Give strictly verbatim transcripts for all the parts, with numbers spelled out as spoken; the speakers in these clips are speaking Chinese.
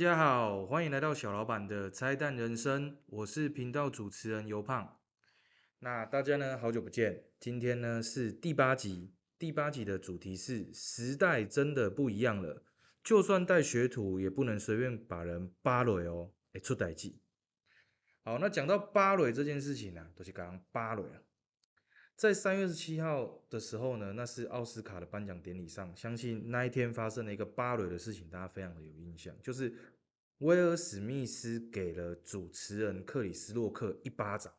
家好，欢迎来到小老板的拆弹人生，我是频道主持人尤胖。那大家呢，好久不见，今天呢是第八集，第八集的主题是时代真的不一样了，就算带学徒也不能随便把人扒雷哦，会出代志。好，那讲到扒雷这件事情啊，都、就是刚刚扒雷啊。在三月十七号的时候呢，那是奥斯卡的颁奖典礼上，相信那一天发生了一个芭蕾的事情，大家非常的有印象，就是威尔史密斯给了主持人克里斯洛克一巴掌，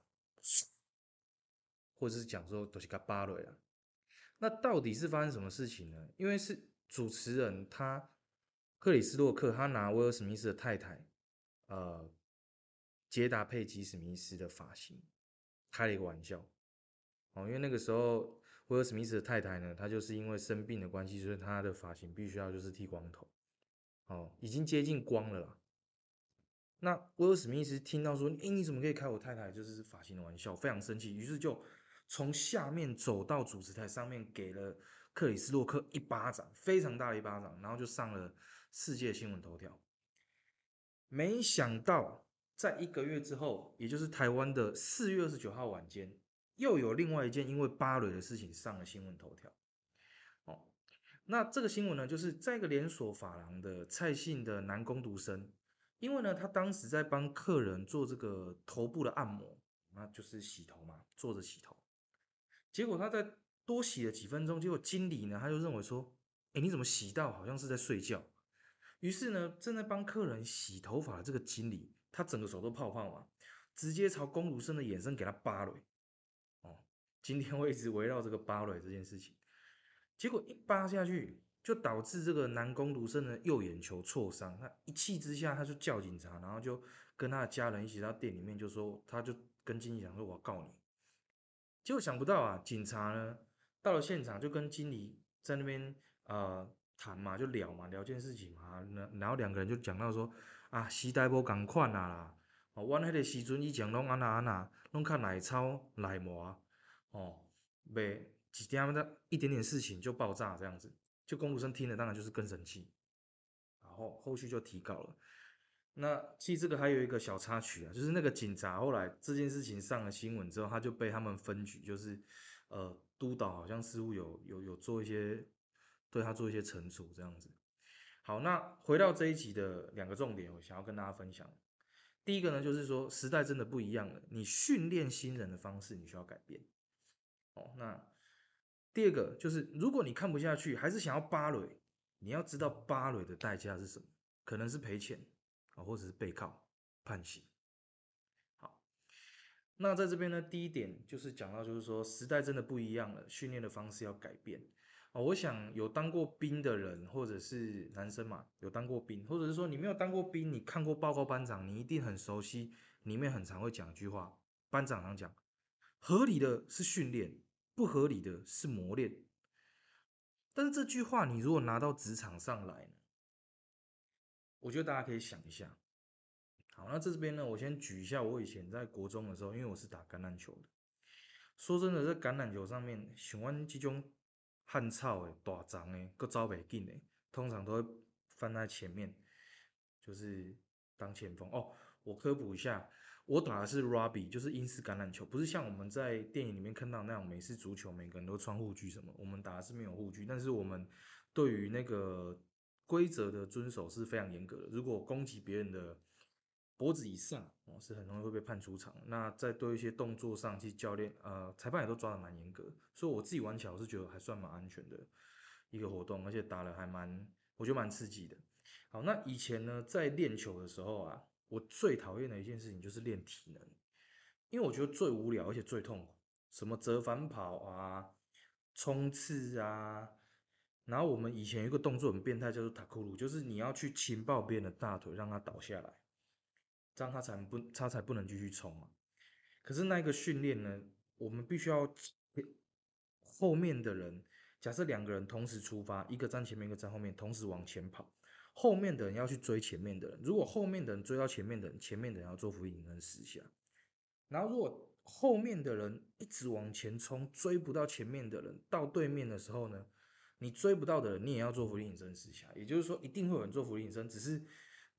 或者是讲说都是个芭蕾啊。那到底是发生什么事情呢？因为是主持人他克里斯洛克他拿威尔史密斯的太太，呃，杰达佩吉史密斯的发型开了一个玩笑。哦，因为那个时候威尔史密斯的太太呢，她就是因为生病的关系，所以她的发型必须要就是剃光头，哦，已经接近光了啦。那威尔史密斯听到说，诶，你怎么可以开我太太就是发型的玩笑，非常生气，于是就从下面走到主持台上面，给了克里斯洛克一巴掌，非常大的一巴掌，然后就上了世界新闻头条。没想到，在一个月之后，也就是台湾的四月二十九号晚间，又有另外一件因为芭蕾的事情上了新闻头条。哦，那这个新闻呢，就是在一个连锁发廊的蔡姓的男工读生，因为呢，他当时在帮客人做这个头部的按摩，那就是洗头嘛，坐着洗头。结果他在多洗了几分钟，结果经理呢，他就认为说，哎，你怎么洗到好像是在睡觉？于是呢，正在帮客人洗头发的这个经理，他整个手都泡泡嘛，直接朝工读生的眼神给他扒了。哦，今天会一直围绕这个扒雷这件事情，结果一扒下去，就导致这个男工读生的右眼球挫伤。他一气之下，他就叫警察，然后就跟他的家人一起到店里面，就说他就跟经理讲说我要告你。结果想不到啊，警察呢到了现场就跟经理在那边呃谈嘛，就聊嘛，聊件事情嘛，然后两个人就讲到说啊，时代无共款啊啦，哦，阮迄个时阵以前拢安那安那，拢较耐操耐磨，哦，袂一点的一点点事情就爆炸这样子，就公读生听了当然就是更生气，然后后续就提告了。那其实这个还有一个小插曲啊，就是那个警察后来这件事情上了新闻之后，他就被他们分局，就是呃督导好像似乎有有有做一些对他做一些惩处这样子。好，那回到这一集的两个重点，我想要跟大家分享。第一个呢，就是说时代真的不一样了，你训练新人的方式你需要改变。哦，那第二个就是，如果你看不下去，还是想要扒雷，你要知道扒雷的代价是什么，可能是赔钱啊，或者是被告判刑。好，那在这边呢，第一点就是讲到，就是说时代真的不一样了，训练的方式要改变。哦，我想有当过兵的人，或者是男生嘛，有当过兵，或者是说你没有当过兵，你看过报告班长，你一定很熟悉，里面很常会讲一句话，班长常讲，合理的是训练，不合理的是磨练。但是这句话你如果拿到职场上来呢，我觉得大家可以想一下。好，那这边呢，我先举一下我以前在国中的时候，因为我是打橄榄球的。说真的，在橄榄球上面，像阮这种汉草的大张的，搁走袂紧的，通常都会放在前面，就是当前锋。哦，我科普一下，我打的是 Rugby，就是英式橄榄球，不是像我们在电影里面看到那种美式足球，每个人都穿护具什么。我们打的是没有护具，但是我们对于那个规则的遵守是非常严格的。如果攻击别人的脖子以上，哦，是很容易会被判出场。那在对一些动作上，其实教练呃裁判也都抓的蛮严格，所以我自己玩起来我是觉得还算蛮安全的一个活动，而且打了还蛮我觉得蛮刺激的。好，那以前呢在练球的时候啊，我最讨厌的一件事情就是练体能，因为我觉得最无聊而且最痛苦，什么折返跑啊、冲刺啊。然后我们以前有一个动作很变态，叫做塔库鲁，就是你要去擒抱别人的大腿，让他倒下来。这样他才不他才不能继续冲嘛。可是那一个训练呢，我们必须要后面的人，假设两个人同时出发，一个站前面，一个站后面，同时往前跑，后面的人要去追前面的人。如果后面的人追到前面的人，前面的人要做俯卧撑十下。然后如果后面的人一直往前冲，追不到前面的人，到对面的时候呢，你追不到的人，你也要做俯卧撑十下。也就是说，一定会有人做俯卧撑，只是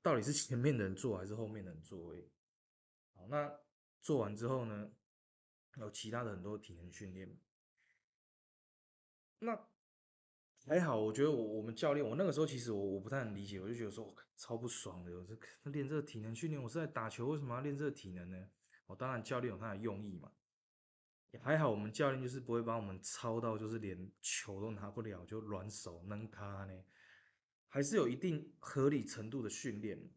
到底是前面的人做还是后面的人做而已。好，那做完之后呢，有其他的很多体能训练。那还好，我觉得我我们教练，我那个时候其实我我不太能理解，我就觉得说，我超不爽的，我这练这个体能训练，我是在打球，为什么要练这个体能呢？哦，当然教练有他的用意嘛。也还好，我们教练就是不会把我们操到，就是连球都拿不了就软手能卡呢，还是有一定合理程度的训练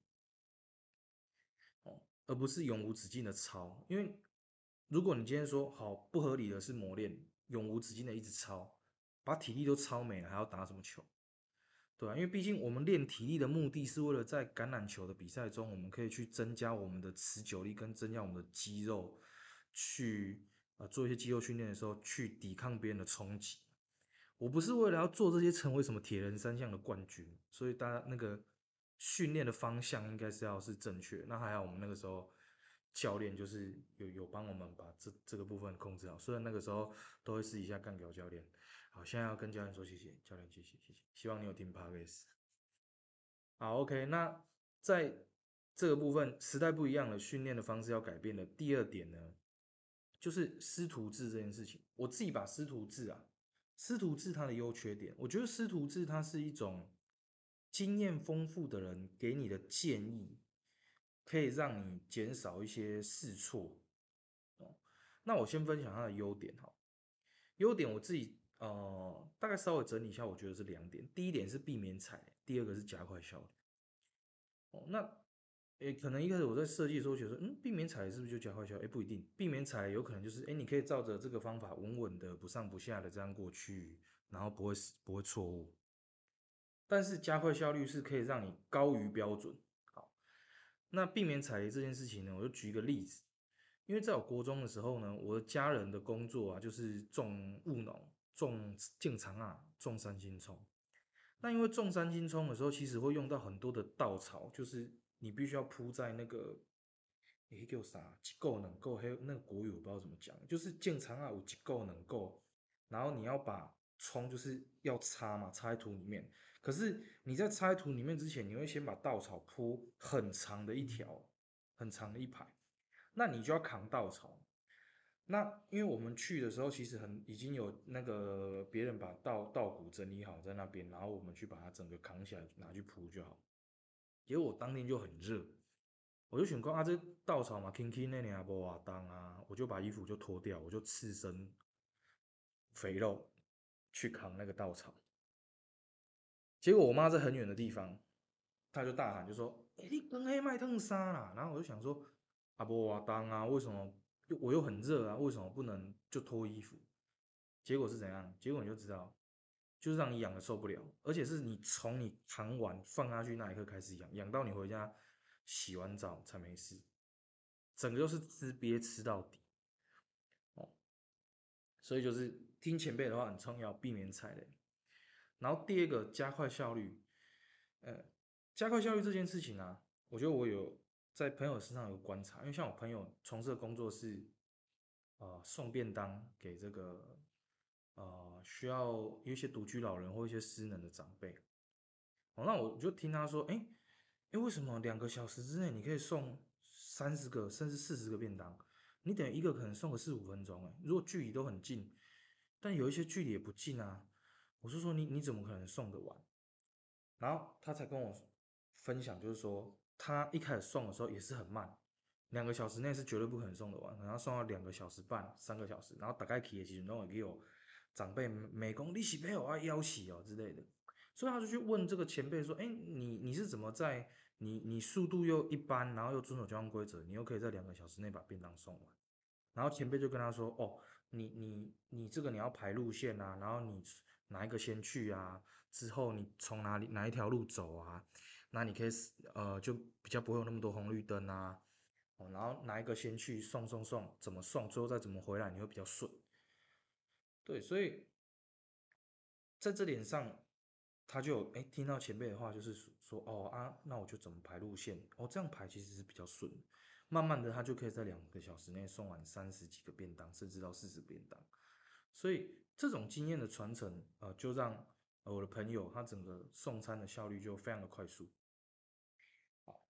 哦，而不是永无止境的操。因为如果你今天说好不合理的是磨练，永无止境的一直操，把体力都操没了，还要打什么球？对啊，因为毕竟我们练体力的目的是为了在橄榄球的比赛中，我们可以去增加我们的持久力，跟增加我们的肌肉，去呃做一些肌肉训练的时候，去抵抗别人的冲击。我不是为了要做这些成为什么铁人三项的冠军，所以大家那个训练的方向应该是要是正确。那还好，我们那个时候教练就是有有帮我们把这这个部分控制好，虽然那个时候都会私底下干掉教练。好，现在要跟教练说谢谢，教练谢谢谢谢，希望你有听 podcast。好，OK，那在这个部分时代不一样了，训练的方式要改变了。第二点呢，就是师徒制这件事情。我自己把师徒制啊，师徒制它的优缺点，我觉得师徒制它是一种经验丰富的人给你的建议，可以让你减少一些试错。哦，那我先分享它的优点哈。优点我自己呃大概稍微整理一下，我觉得是两点。第一点是避免踩，第二个是加快效率。哦，那诶，可能一开始我在设计的时候觉得说，嗯，避免踩雷是不是就加快效率？诶，不一定，避免踩雷有可能就是诶，你可以照着这个方法稳稳的不上不下的这样过去，然后不会不会错误。但是加快效率是可以让你高于标准。好，那避免踩雷这件事情呢，我就举一个例子。因为在我国中的时候呢，我的家人的工作啊，就是种务农、种建长啊、种三星葱。那因为种三星葱的时候，其实会用到很多的稻草，就是你必须要铺在那个，诶，叫啥？几够能够，还有那个国语我不知道怎么讲，就是建长啊有几够能够，然后你要把葱就是要插嘛，插在土里面。可是你在插在土里面之前，你会先把稻草铺很长的一条，很长的一排，那你就要扛稻草。那因为我们去的时候，其实很已经有那个别人把稻稻谷整理好在那边，然后我们去把它整个扛起来拿去铺就好。结果我当天就很热，我就想说啊，这稻草嘛，轻轻那里啊，不瓦当啊，我就把衣服就脱掉，我就赤身肥肉去扛那个稻草。结果我妈在很远的地方，她就大喊就说：“哎、欸，你刚黑麦烫啥啦？”然后我就想说：“啊，不瓦当啊，为什么我又很热啊？为什么不能就脱衣服？”结果是怎样？结果你就知道，就是让你痒的受不了，而且是你从你扛完放下去那一刻开始痒，痒到你回家洗完澡才没事，整个就是吃憋吃到底哦。所以就是听前辈的话很重要，避免踩雷。然后第二个加快效率，呃，加快效率这件事情啊，我觉得我有在朋友身上有观察，因为像我朋友从事的工作是，呃，送便当给这个呃需要有一些独居老人或一些失能的长辈。哦，那我就听他说，哎，哎，为什么两个小时之内你可以送三十个甚至四十个便当？你等于一个可能送个四五分钟，哎，如果距离都很近，但有一些距离也不近啊。我是说你你怎么可能送得完？然后他才跟我分享，就是说他一开始送的时候也是很慢，两个小时内是绝对不可能送得完，可能要送到两个小时半、三个小时，然后大概去的时候，都会有长辈美工你是没有啊邀请哦之类的，所以他就去问这个前辈说，哎，你你是怎么在你你速度又一般，然后又遵守交通规则，你又可以在两个小时内把便当送完？然后前辈就跟他说，哦，你你你这个你要排路线啊，然后你哪一个先去啊？之后你从哪里哪一条路走啊？那你可以呃就比较不会有那么多红绿灯啊。哦，然后哪一个先去送送送，怎么送，最后再怎么回来，你会比较顺。对，所以在这点上，他就哎听到前辈的话，就是说哦啊，那我就怎么排路线，哦这样排其实是比较顺。慢慢的，他就可以在两个小时内送完三十几个便当，甚至到四十便当。所以这种经验的传承，呃，就让呃我的朋友他整个送餐的效率就非常的快速。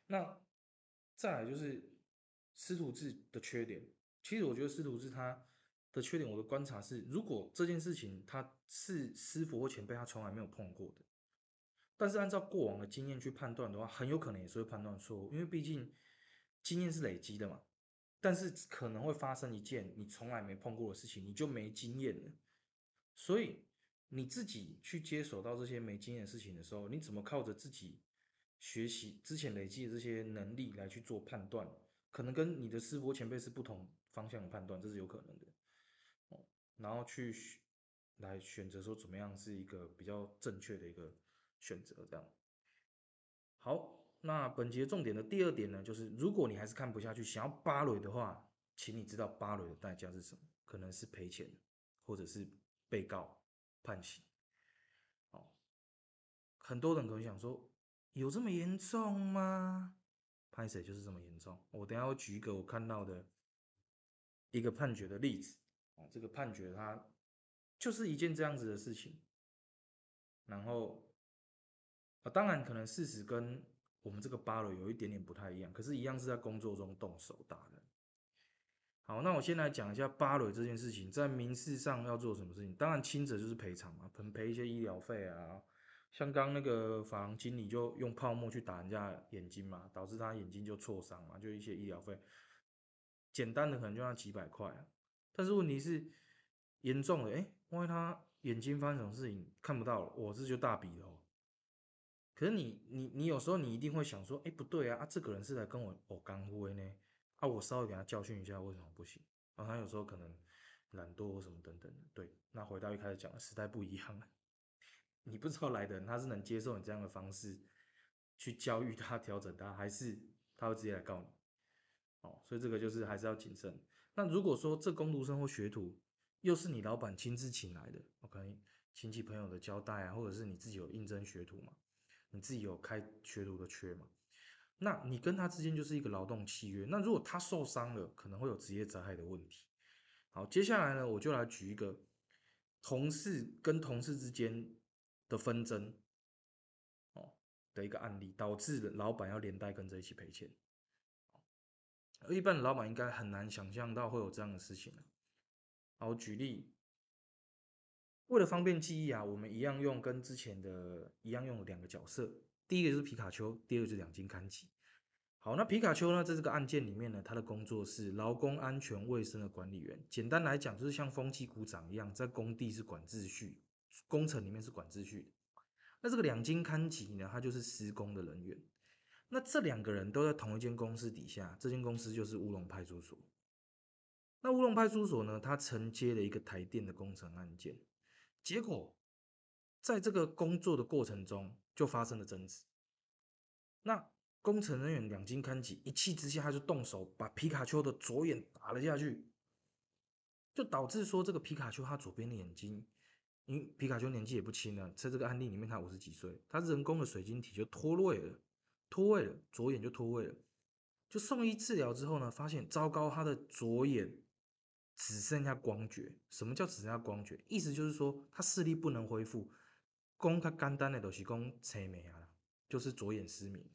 那再来就是师徒制的缺点。其实我觉得师徒制它的缺点，我的观察是，如果这件事情他是师傅或前辈他从来没有碰过的，但是按照过往的经验去判断的话，很有可能也是会判断错误，因为毕竟经验是累积的嘛。但是可能会发生一件你从来没碰过的事情，你就没经验了。所以你自己去接手到这些没经验的事情的时候，你怎么靠着自己学习之前累积的这些能力来去做判断，可能跟你的师傅前辈是不同方向的判断，这是有可能的。哦，然后去来选择说怎么样是一个比较正确的一个选择，这样。好，那本节重点的第二点呢，就是如果你还是看不下去，想要扒雷的话，请你知道扒雷的代价是什么，可能是赔钱，或者是被告判刑。哦，很多人可能想说，有这么严重吗？拍谁就是这么严重。我等下会举一个我看到的一个判决的例子。哦，这个判决它就是一件这样子的事情。然后啊，当然可能事实跟我们这个巴雷有一点点不太一样，可是，一样是在工作中动手打的。好，那我先来讲一下巴雷这件事情，在民事上要做什么事情。当然，轻则就是赔偿嘛，赔赔一些医疗费啊。像刚那个法郎经理就用泡沫去打人家眼睛嘛，导致他眼睛就挫伤嘛，就一些医疗费。简单的可能就要几百块啊，但是问题是严重的，哎、欸，万一他眼睛发生什么事情看不到了，我这就大笔了哦。可是你你你有时候你一定会想说，哎，不对啊，啊这个人是来跟我哦刚呼呢，啊我稍微给他教训一下，为什么不行？然后他有时候可能懒惰或什么等等的，对。那回到一开始讲的时代不一样了，你不知道来的人他是能接受你这样的方式去教育他、调整他，还是他会直接来告你？哦，所以这个就是还是要谨慎。那如果说这工读生或学徒又是你老板亲自请来的，OK，亲戚朋友的交代啊，或者是你自己有应征学徒嘛，你自己有开学徒的缺嘛，那你跟他之间就是一个劳动契约。那如果他受伤了，可能会有职业灾害的问题。好，接下来呢，我就来举一个同事跟同事之间的纷争哦的一个案例，导致老板要连带跟着一起赔钱。而一般的老板应该很难想象到会有这样的事情。好，我举例，为了方便记忆啊，我们一样用跟之前的一样用两个角色，第一个就是皮卡丘，第二个就是两金看吉。好，那皮卡丘呢，在这个案件里面呢，他的工作是劳工安全卫生的管理员。简单来讲，就是像风纪股长一样，在工地是管秩序，工程里面是管秩序的。那这个两金看吉呢，他就是施工的人员。那这两个人都在同一间公司底下，这间公司就是乌龙派出所。那乌龙派出所呢，他承接了一个台电的工程案件，结果在这个工作的过程中就发生了争执。那工程人员两金看齐，一气之下他就动手把皮卡丘的左眼打了下去，就导致说这个皮卡丘他左边的眼睛，因为皮卡丘年纪也不轻了，在这个案例里面他五十几岁，他人工的水晶体就脱位了，脱位了，左眼就脱位了。就送医治疗之后呢，发现糟糕，他的左眼只剩下光觉。什么叫只剩下光觉？意思就是说他视力不能恢复。讲他简单的都是讲青眉啊，就是左眼失明。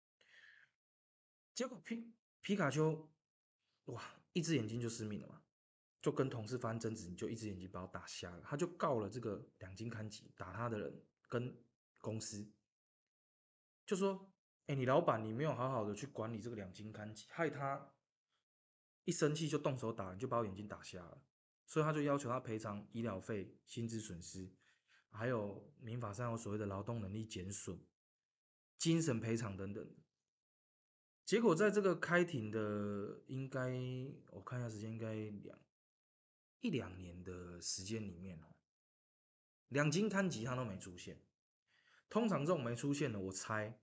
结果皮皮卡丘，哇，一只眼睛就失明了嘛，就跟同事发生争执，你就一只眼睛把我打瞎了，他就告了这个两金看吉打他的人跟公司，就说，哎、欸，你老板你没有好好的去管理这个两金看吉，害他一生气就动手打人，就把我眼睛打瞎了，所以他就要求他赔偿医疗费、薪资损失，还有民法上有所谓的劳动能力减损、精神赔偿等等。结果在这个开庭的应该我看一下时间，应该两一两年的时间里面哦，两金看吉他都没出现。通常这种没出现的，我猜，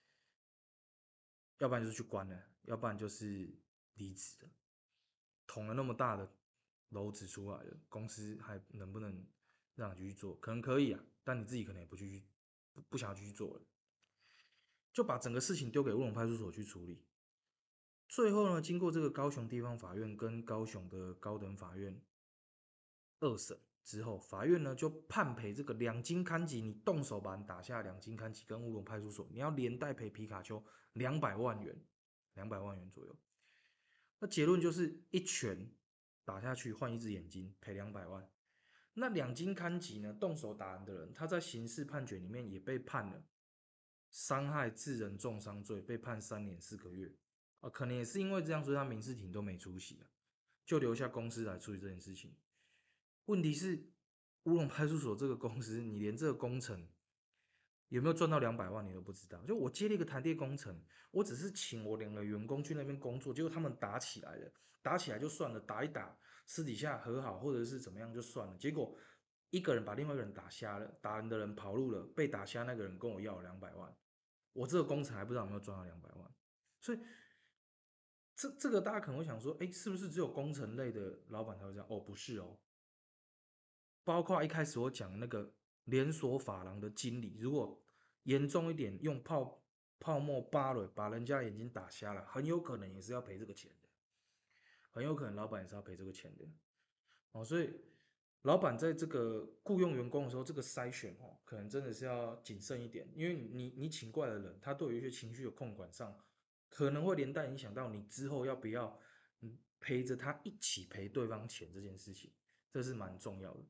要不然就是去关了，要不然就是离职了。捅了那么大的篓子出来了，公司还能不能让你继续做？可能可以啊，但你自己可能也不继续，不不想要继续做了，就把整个事情丢给乌龙派出所去处理。最后呢，经过这个高雄地方法院跟高雄的高等法院二审之后，法院呢就判赔这个两金勘吉，你动手把人打下两金勘吉跟乌龙派出所，你要连带赔皮卡丘两百万元，两百万元左右。那结论就是一拳打下去换一只眼睛赔两百万。那两金勘吉呢，动手打人的人，他在刑事判决里面也被判了伤害致人重伤罪，被判三年四个月。啊，可能也是因为这样，所以他民事庭都没出席啊，就留下公司来处理这件事情。问题是，乌龙派出所这个公司，你连这个工程有没有赚到两百万你都不知道。就我接了一个台电工程，我只是请我两个员工去那边工作，结果他们打起来了，打起来就算了，打一打，私底下和好或者是怎么样就算了。结果一个人把另外一个人打瞎了，打人的人跑路了，被打瞎那个人跟我要了两百万，我这个工程还不知道有没有赚到两百万。所以这这个大家可能会想说，哎，是不是只有工程类的老板才会这样？哦，不是哦。包括一开始我讲那个连锁发廊的经理，如果严重一点，用泡泡沫扒了把人家眼睛打瞎了，很有可能也是要赔这个钱的，很有可能老板也是要赔这个钱的。哦，所以老板在这个雇佣员工的时候，这个筛选哦，可能真的是要谨慎一点，因为你你请过来的人，他对于一些情绪的控管上，可能会连带影响到你之后要不要嗯陪着他一起赔对方钱这件事情，这是蛮重要的。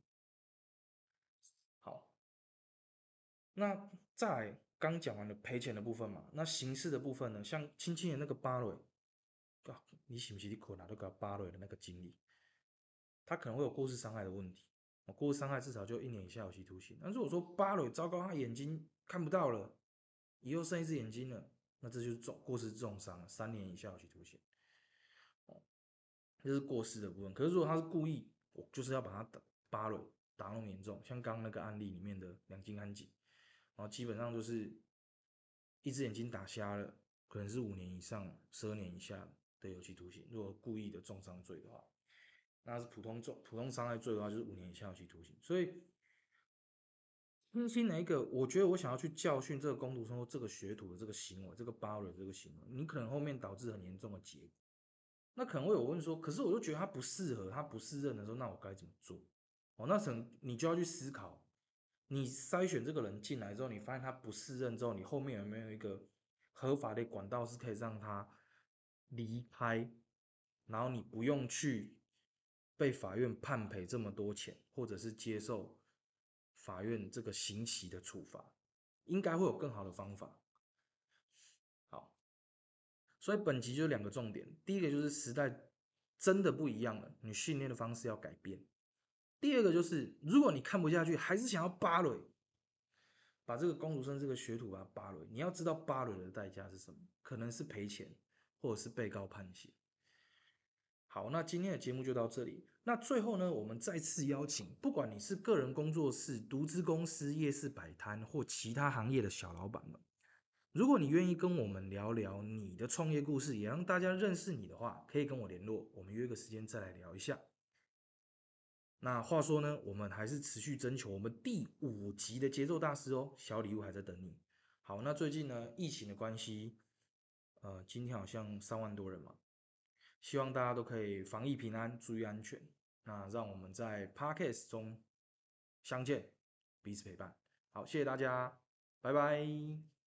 好，那在刚讲完了赔钱的部分嘛，那刑事的部分呢？像轻轻的那个巴瑞，啊，你是不是你可拿那个巴瑞的那个经历？他可能会有过失伤害的问题，过失伤害至少就一年以下有期徒刑。那如果说巴瑞糟糕，他眼睛看不到了，以后剩一只眼睛了，那这就是重过失重伤，三年以下有期徒刑。哦，这是过失的部分。可是如果他是故意，我就是要把他打巴瑞打那么严重，像刚刚那个案例里面的两金安吉，然后基本上就是一只眼睛打瞎了，可能是五年以上十二年以下的有期徒刑。如果故意的重伤罪的话，那是普通重普通伤害罪的话，就是五年以下有期徒刑。所以，轻轻的一个，我觉得我想要去教训这个工读生或这个学徒的这个行为，这个巴瑞这个行为，你可能后面导致很严重的结果。那可能会有问说，可是我就觉得他不适合，他不适任的时候，那我该怎么做？哦，那可能你就要去思考，你筛选这个人进来之后，你发现他不适任之后，你后面有没有一个合法的管道是可以让他离开，然后你不用去被法院判赔这么多钱，或者是接受法院这个刑期的处罚，应该会有更好的方法。好，所以本集就两个重点，第一个就是时代真的不一样了，你训练的方式要改变。第二个就是，如果你看不下去，还是想要扒雷，把这个公主生这个学徒把他扒雷，你要知道扒雷的代价是什么，可能是赔钱，或者是被告判刑。好，那今天的节目就到这里。那最后呢，我们再次邀请，不管你是个人工作室、独资公司、夜市摆摊或其他行业的小老板们，如果你愿意跟我们聊聊你的创业故事，也让大家认识你的话，可以跟我联络，我们约个时间再来聊一下。那话说呢，我们还是持续征求我们第五集的节奏大师哦，小礼物还在等你。好，那最近呢，疫情的关系，呃，今天好像三万多人嘛，希望大家都可以防疫平安，注意安全。那让我们在 Podcast 中相见，彼此陪伴。好，谢谢大家，拜拜。